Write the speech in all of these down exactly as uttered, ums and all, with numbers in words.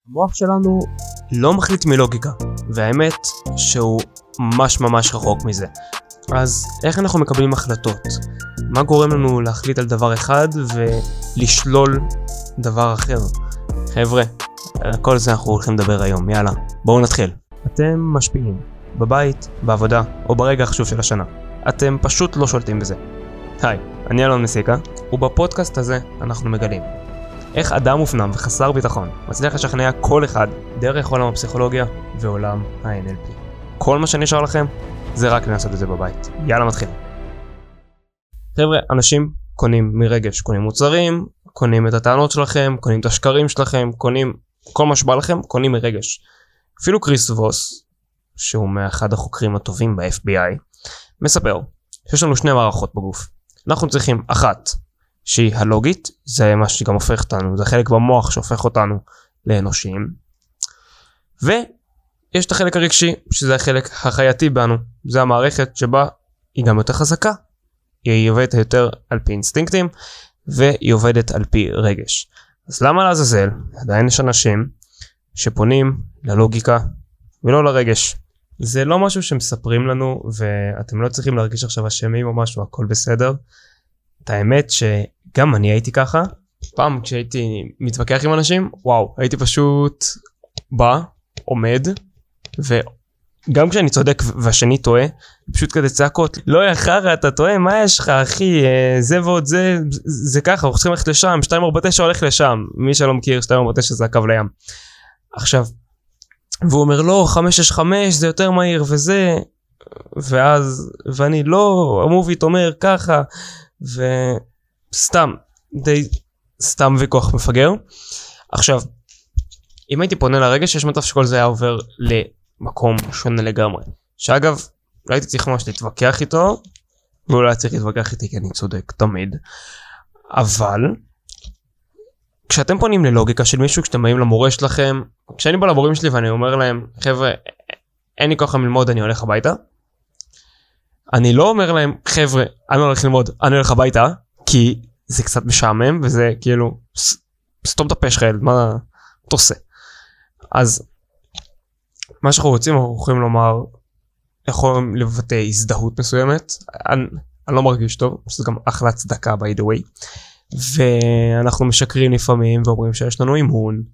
המוח שלנו לא מחליט מלוגיקה, והאמת שהוא ממש ממש רחוק מזה. אז איך אנחנו מקבלים החלטות? מה גורם לנו להחליט על דבר אחד ולשלול דבר אחר? חבר'ה, על כל זה אנחנו הולכים לדבר היום, יאללה, בואו נתחיל. אתם משפיעים, בבית, בעבודה או ברגע החשוב של השנה. אתם פשוט לא שולטים בזה. היי, אני אלון מסיקה, ובפודקאסט הזה אנחנו מגלים איך אדם מופנם וחסר ביטחון מצליח לשכנע כל אחד דרך עולם הפסיכולוגיה ועולם ה-אן אל פי. כל מה שנשאר לכם זה רק לנסות את זה בבית. יאללה, מתחיל. חבר'ה, אנשים קונים מרגש, קונים מוצרים, קונים את הטענות שלכם, קונים את השקרים שלכם, קונים כל מה שבא לכם, קונים מרגש. אפילו קריס ווס, שהוא מאחד החוקרים הטובים ב-אף בי איי, מספר שיש לנו שני מערכות בגוף. אנחנו צריכים אחת שהיא הלוגית, זה מה שגם הופך אותנו, זה חלק במוח שהופך אותנו לאנושיים, ויש את החלק הרגשי, שזה החלק החייתי בנו, זה המערכת שבה היא גם יותר חזקה, היא עובדת יותר על פי אינסטינקטים, והיא עובדת על פי רגש. אז למה לעזאזל? עדיין יש אנשים שפונים ללוגיקה ולא לרגש. זה לא משהו שמספרים לנו, ואתם לא צריכים להרגיש עכשיו אשמים או משהו, הכל בסדר. את האמת שגם אני הייתי ככה, פעם כשהייתי מתווכח עם אנשים, וואו, הייתי פשוט בא, עומד, וגם כשאני צודק והשני טועה, פשוט כזה צעקות, לא יחרה, אתה טועה, מה יש לך אחי, זה ועוד זה, זה ככה, אנחנו צריכים ללכת לשם, שתיים ארבע תשע הולך לשם, מי שלא מכיר, שתיים ארבע תשע זה הקו לים. עכשיו, והוא אומר, לא, חמש שש חמש זה יותר מהיר, וזה, ואז, ואני לא, המובית אומר ככה, וסתם, די סתם ויכוח מפגר. עכשיו, אם הייתי פונה לרגש, יש מצב שכל זה היה עובר למקום שונה לגמרי. שאגב, לא הייתי צריך ממש להתווכח איתו, ואולי היה צריך להתווכח איתי כי אני צודק תמיד. אבל, כשאתם פונים ללוגיקה של מישהו, כשאתם באים למורה שלכם, כשאני בא למורים שלי ואני אומר להם, חבר'ה, אין לי כוח ללמוד, אני הולך הביתה. אני לא אומר להם, חבר'ה, אני לא הולך ללמוד, אני הולך הביתה, כי זה קצת משעמם, וזה כאילו, סתום את הפה שלך, מה אתה עושה? אז, מה שאנחנו רוצים, אנחנו יכולים לומר, יכולים לבטא הזדהות מסוימת, אני, אני לא מרגיש טוב, שזה גם אחלה צדקה, by the way, ואנחנו משקרים לפעמים, ואומרים שיש לנו אימון,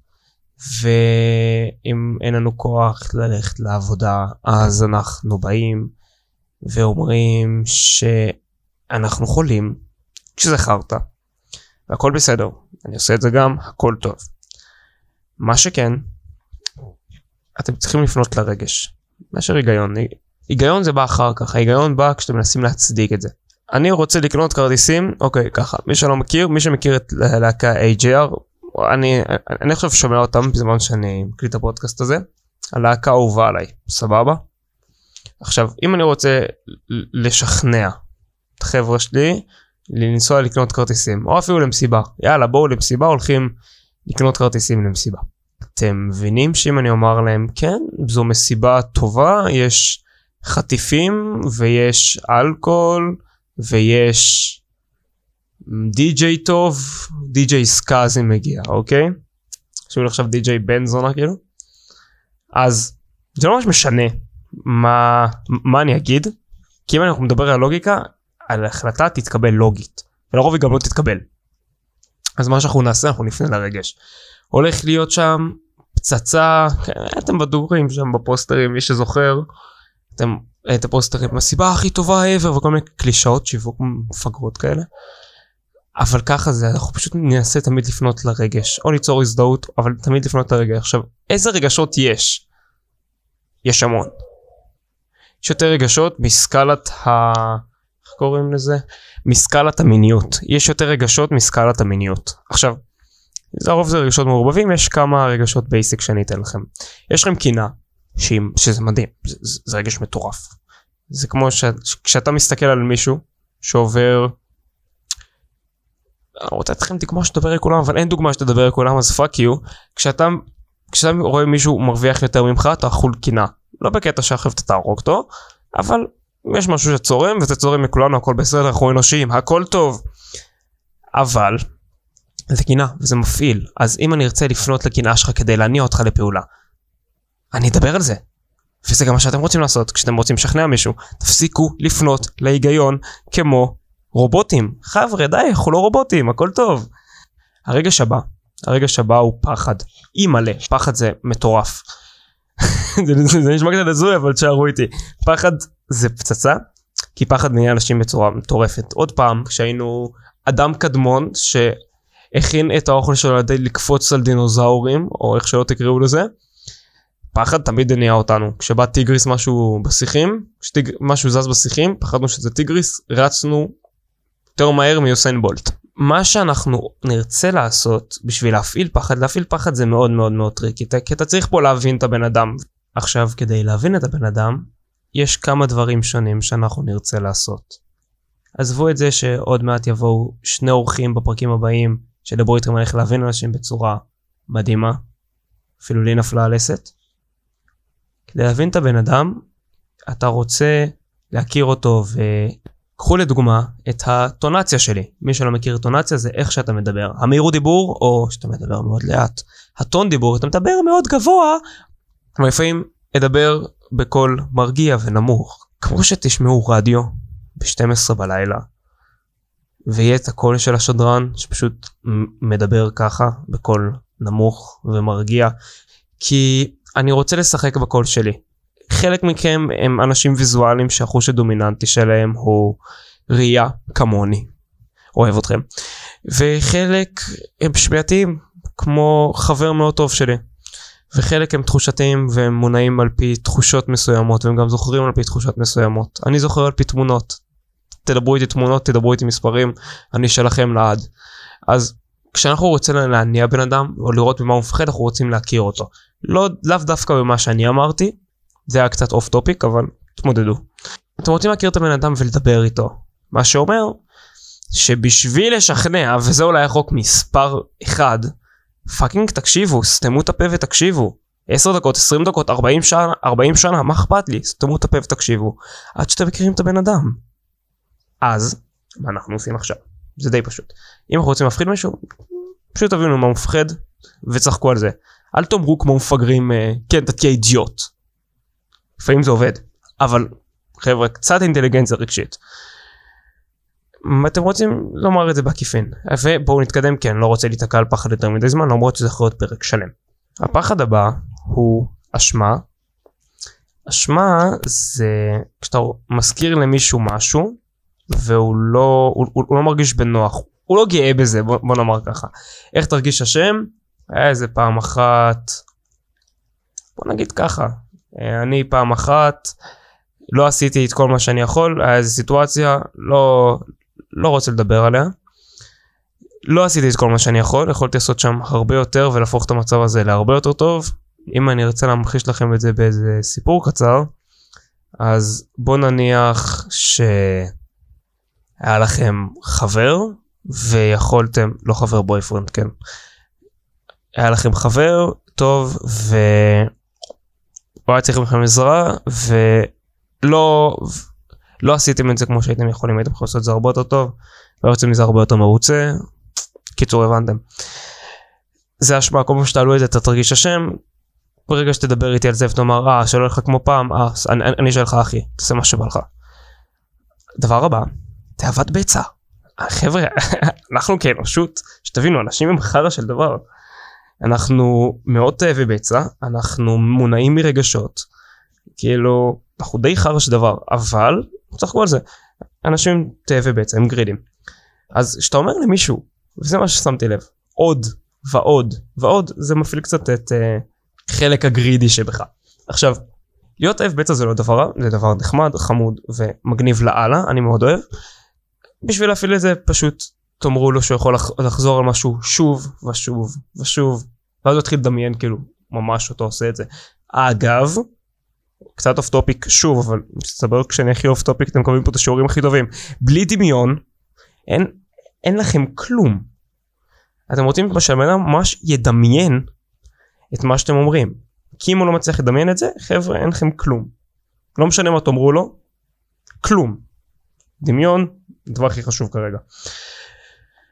ואם אין לנו כוח ללכת לעבודה, אז אנחנו באים, ואומרים שאנחנו חולים, שזה חרטה, והכל בסדר, אני עושה את זה גם, הכל טוב. מה שכן, אתם צריכים לפנות לרגש, מאשר היגיון, היגיון זה בא אחר כך, ההיגיון בא כשאתם מנסים להצדיק את זה. אני רוצה לקנות כרטיסים, אוקיי, ככה, מי שלא מכיר, מי שמכיר את להקה איי ג'י אר, אני, אני עכשיו שומע אותם בזמן שאני מקליט את הפודקאסט הזה, הלהקה אהובה עליי, סבבה? עכשיו, אם אני רוצה לשכנע את החבר'ה שלי, לנסוע לקנות כרטיסים, או אפילו למסיבה, יאללה, בואו למסיבה, הולכים לקנות כרטיסים למסיבה. אתם מבינים שאם אני אומר להם, כן, זו מסיבה טובה, יש חטיפים, ויש אלכוהול, ויש די-ג'יי טוב, די-ג'יי סקאזי מגיע, אוקיי? חשוב לי עכשיו די-ג'יי בן זונה, כאילו. אז, זה לא ממש משנה. מה, מה אני אגיד? כי אם אנחנו מדבר על לוגיקה, על החלטה תתקבל לוגית, ולרוב היא גם לא תתקבל. אז מה שאנחנו נעשה, אנחנו נפנה לרגש. הולך להיות שם פצצה, אתם בדורים שם בפוסטרים, מי שזוכר, אתם, את הפוסטרים, הסיבה הכי טובה ever, וכל מיני קלישאות, שיווק מפגרות כאלה. אבל ככה זה, אנחנו פשוט ננסה תמיד לפנות לרגש, או ליצור הזדהות, אבל תמיד לפנות לרגש. עכשיו, איזה רגשות יש? יש המון. יש יותר רגשות מסקלת ה... איך קוראים לזה? מסקלת המיניות. יש יותר רגשות מסקלת המיניות. עכשיו, לרוב זה רגשות מעורבבים, יש כמה רגשות בייסיק שאני אתן לכם. יש לכם קינה, שזה מדהים, זה, זה רגש מטורף. זה כמו ש... כשאתה מסתכל על מישהו שעובר... אני רוצה לתכם דוגמה שתדבר לכולם, אבל אין דוגמה שתדבר לכולם, אז פאק יו. כשאתה, כשאתה רואה מישהו מרוויח יותר ממך, אתה אכול קינה. לא בקטע שאחרי אתה תהרוג אותו, אבל יש משהו שצורם, וזה צורם מכולנו, הכל בסדר, אנחנו אנושיים, הכל טוב. אבל, זה קינה, וזה מפעיל. אז אם אני ארצה לפנות לקינה שלך כדי להניע אותך לפעולה, אני אדבר על זה. וזה גם מה שאתם רוצים לעשות, כשאתם רוצים לשכנע מישהו. תפסיקו לפנות להיגיון כמו רובוטים. חבר'ה, די, אנחנו לא רובוטים, הכל טוב. הרגע שבא, הרגע שבא הוא פחד. אי מלא, פחד זה מטורף. זה, זה, זה נשמע קצת הזוי, אבל תשארו איתי. פחד זה פצצה, כי פחד מניע אנשים בצורה מטורפת. עוד פעם, כשהיינו אדם קדמון, שהכין את האוכל שלו על ידי לקפוץ על דינוזאורים, או איך שלא תקראו לזה, פחד תמיד הניע אותנו. כשבא טיגריס משהו בשיחים, כשמשהו זז בשיחים, פחדנו שזה טיגריס, רצנו יותר מהר מיוסיין בולט. מה שאנחנו נרצה לעשות בשביל להפעיל פחד, להפעיל פחד זה מאוד מאוד מאוד טריקי, כי אתה צריך פה להבין את הבן אדם. עכשיו, כדי להבין את הבן אדם, יש כמה דברים שונים שאנחנו נרצה לעשות. עזבו את זה שעוד מעט יבואו שני אורחים בפרקים הבאים, שדברו איתכם על איך להבין אנשים בצורה מדהימה, אפילו לי נפלה הלסת. כדי להבין את הבן אדם, אתה רוצה להכיר אותו, וקחו לדוגמה את הטונציה שלי. מי שלא מכיר טונציה זה איך שאתה מדבר. המהירות דיבור, או שאתה מדבר מאוד לאט. הטון דיבור, אתה מדבר מאוד גבוה, ולפעמים אדבר בקול מרגיע ונמוך. כמו שתשמעו רדיו ב-שתים עשרה בלילה, ויהיה את הקול של השדרן, שפשוט מדבר ככה, בקול נמוך ומרגיע, כי אני רוצה לשחק בקול שלי. חלק מכם הם אנשים ויזואליים שהחוש הדומיננטי שלהם הוא ראייה כמוני. אוהב אתכם. וחלק הם שמיעתיים כמו חבר מאוד טוב שלי. וחלק הם תחושתיים והם מונעים על פי תחושות מסוימות והם גם זוכרים על פי תחושות מסוימות. אני זוכר על פי תמונות. תדברו איתי תמונות, תדברו איתי מספרים, אני שלכם לעד. אז כשאנחנו רוצים להניע בן אדם או לראות במה הוא מפחד, אנחנו רוצים להכיר אותו. לא, לאו דווקא במה שאני אמרתי, זה היה קצת אוף טופיק, אבל תמודדו. אתם רוצים להכיר את הבן אדם ולדבר איתו. מה שאומר, שבשביל לשכנע, וזה אולי החוק מספר אחד, פאקינג תקשיבו, סתמו את הפה ותקשיבו. עשר דקות, עשרים דקות, ארבעים שנה, ארבעים שנה, מה אכפת לי? סתמו את הפה ותקשיבו. עד שאתם מכירים את הבן אדם. אז, מה אנחנו עושים עכשיו? זה די פשוט. אם אנחנו רוצים להפחיד מישהו, פשוט תבינו מה מפחד, וצחקו על זה. אל תאמרו כמו מפגרים, כן, אתה תהיה אידיוט. לפעמים זה עובד. אבל, חבר'ה, קצת אינטליגנציה רגשית. אתם רוצים לומר את זה בעקיפין. ובואו נתקדם, כי אני לא רוצה להתעקע על פחד יותר מדי זמן, למרות שזה יכול להיות פרק שלם. הפחד הבא הוא אשמה. אשמה זה כשאתה מזכיר למישהו משהו, והוא לא, הוא, הוא, הוא לא מרגיש בנוח. הוא לא גאה בזה, בוא, בוא נאמר ככה. איך תרגיש השם? היה איזה פעם אחת, בוא נגיד ככה, אני פעם אחת, לא עשיתי את כל מה שאני יכול, היה איזו סיטואציה, לא, לא רוצה לדבר עליה, לא עשיתי את כל מה שאני יכול, יכולתי לעשות שם הרבה יותר, ולהפוך את המצב הזה להרבה יותר טוב. אם אני ארצה להמחיש לכם את זה באיזה סיפור קצר, אז בוא נניח שהיה לכם חבר, ויכולתם, לא חבר בויפרנד, כן, היה לכם חבר טוב, והוא היה צריך לכם עזרה, ולא לא עשיתם את זה כמו שהייתם יכולים, הייתם יכולים לעשות את זה הרבה יותר טוב, והיוצאים מזה הרבה יותר מרוצה. קיצור, הבנתם. זה השפעה, כל פעם שתעלו את זה, אתה תרגיש השם, ברגע שתדבר איתי על זה, ותאמר, אה, שלא לך כמו פעם, אה, אני, אני אשאל לך אחי, תעשה מה שבא לך. דבר הבא, תאוות ביצה. חבר'ה, אנחנו כאנושות, שתבינו, אנשים הם חרא של דבר. אנחנו מאוד תאבי ביצה, אנחנו מונעים מרגשות, כאילו, אנחנו די חרא של דבר, אבל, צחקו על זה, אנשים תאבי ביצה, הם גרידים. אז שאתה אומר למישהו, וזה מה ששמתי לב, עוד ועוד ועוד, זה מפעיל קצת את uh, חלק הגרידי שבך. עכשיו, להיות תאב ביצה זה לא דבר רע, זה דבר נחמד, חמוד ומגניב לאללה, אני מאוד אוהב. בשביל להפעיל את זה, פשוט תאמרו לו שהוא יכול לחזור על משהו שוב ושוב ושוב, ואז הוא התחיל לדמיין כאילו, ממש אותו עושה את זה. אגב, קצת אוף טופיק שוב, אבל מסתבר כשאני הכי אוף טופיק, אתם קובעים פה את השיעורים הכי טובים. בלי דמיון, אין, אין לכם כלום. אתם רוצים את שהבן אדם ממש ידמיין את מה שאתם אומרים. כי אם הוא לא מצליח לדמיין את זה, חבר'ה, אין לכם כלום. לא משנה מה תאמרו לו, כלום. דמיון, דבר הכי חשוב כרגע.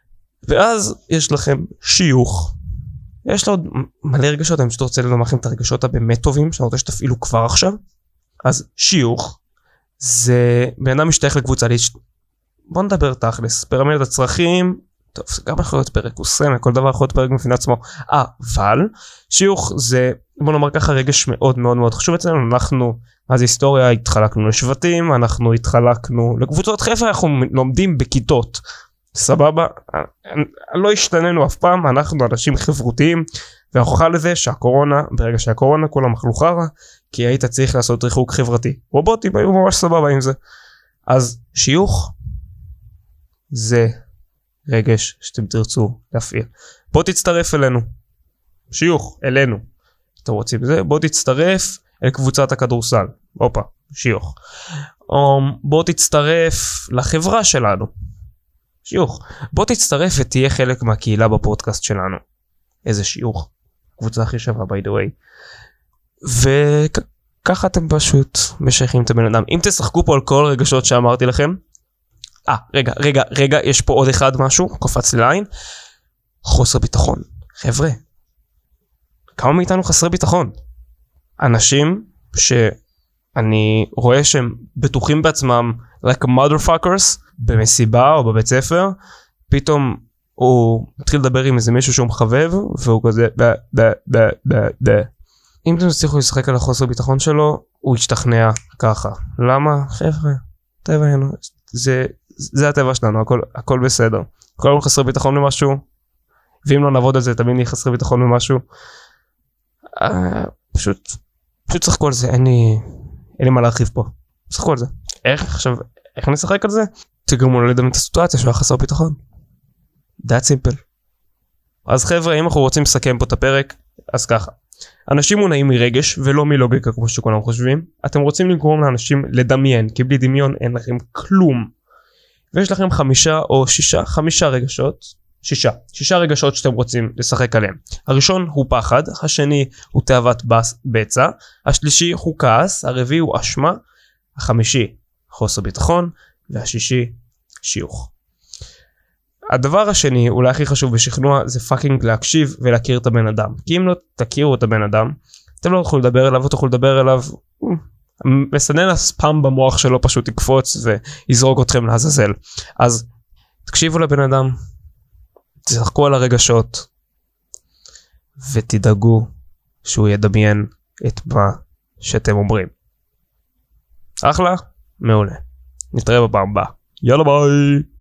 ואז יש לכם שיוך. יש לו עוד מלא רגשות, אני פשוט רוצה לומר לכם את הרגשות הבאמת טובים, שאני רוצה שתפעילו כבר עכשיו. אז שיוך, זה בן אדם משתייך לקבוצה, בוא נדבר תכלס, פירמידת הצרכים, טוב, זה גם יכול להיות פרק וסרם, כל דבר יכול להיות פרק בפני עצמו, אה, אבל, שיוך זה, בוא נאמר ככה, רגש מאוד מאוד מאוד חשוב אצלנו, אנחנו, אז היסטוריה, התחלקנו לשבטים, אנחנו התחלקנו לקבוצות חבר'ה, אנחנו לומדים בכיתות, סבבה, לא השתננו אף פעם, אנחנו אנשים חברותיים, וההוכחה לזה שהקורונה, ברגע שהקורונה כולם אכלו חרא, כי היית צריך לעשות ריחוק חברתי, רובוטים היו ממש סבבה עם זה, אז שיוך, זה רגש שאתם תרצו להפעיל. בוא תצטרף אלינו. שיוך, אלינו. אתם רוצים זה? בוא תצטרף אל קבוצת הכדורסל. הופה, שיוך. בוא תצטרף לחברה שלנו. שיוך. בוא תצטרף ותהיה חלק מהקהילה בפודקאסט שלנו. איזה שיוך. קבוצה הכי שווה, by the way. וככה אתם פשוט משייכים את הבן אדם. אם תשחקו פה על כל רגשות שאמרתי לכם, אה, רגע, רגע, רגע, יש פה עוד אחד משהו, קופץ לי לעין. חוסר ביטחון. חבר'ה, כמה מאיתנו חסרי ביטחון? אנשים שאני רואה שהם בטוחים בעצמם, like motherfuckers, במסיבה או בבית ספר, פתאום הוא מתחיל לדבר עם איזה מישהו שהוא מחבב, והוא כזה, דה, דה, דה, דה, דה. אם אתם תצליחו לשחק על החוסר ביטחון שלו, הוא ישתכנע ככה. למה? חבר'ה, טבע, זה... זה הטבע שלנו, הכל, הכל בסדר. כל חסר ביטחון למשהו, ואם לא נעבוד על זה, תמיד נהיה חסר ביטחון למשהו. אה, פשוט, פשוט שחקו על זה, אין לי, אין לי מה להרחיב פה. שחקו על זה. איך עכשיו, איך נשחק על זה? תגרמו לו לדמיין את הסיטואציה שהוא חסר ביטחון. That simple. אז חבר'ה, אם אנחנו רוצים לסכם פה את הפרק, אז ככה. אנשים מונעים מרגש ולא מלוגיקה כמו שכולם חושבים. אתם רוצים לגרום לאנשים לדמיין, כי בלי דמיון אין לכם כלום. ויש לכם חמישה או שישה, חמישה רגשות, שישה, שישה רגשות שאתם רוצים לשחק עליהם. הראשון הוא פחד, השני הוא תאוות בצע, השלישי הוא כעס, הרביעי הוא אשמה, החמישי חוסר ביטחון, והשישי שיוך. הדבר השני, אולי הכי חשוב בשכנוע, זה פאקינג להקשיב ולהכיר את הבן אדם. כי אם לא תכירו את הבן אדם, אתם לא תוכלו לדבר אליו, לא תוכלו לדבר אליו, מסנן הספאם במוח שלו פשוט יקפוץ ויזרוק אתכם לעזאזל. אז תקשיבו לבן אדם, תשחקו על הרגשות, ותדאגו שהוא ידמיין את מה שאתם אומרים. אחלה? מעולה. נתראה בפעם הבאה. יאללה ביי.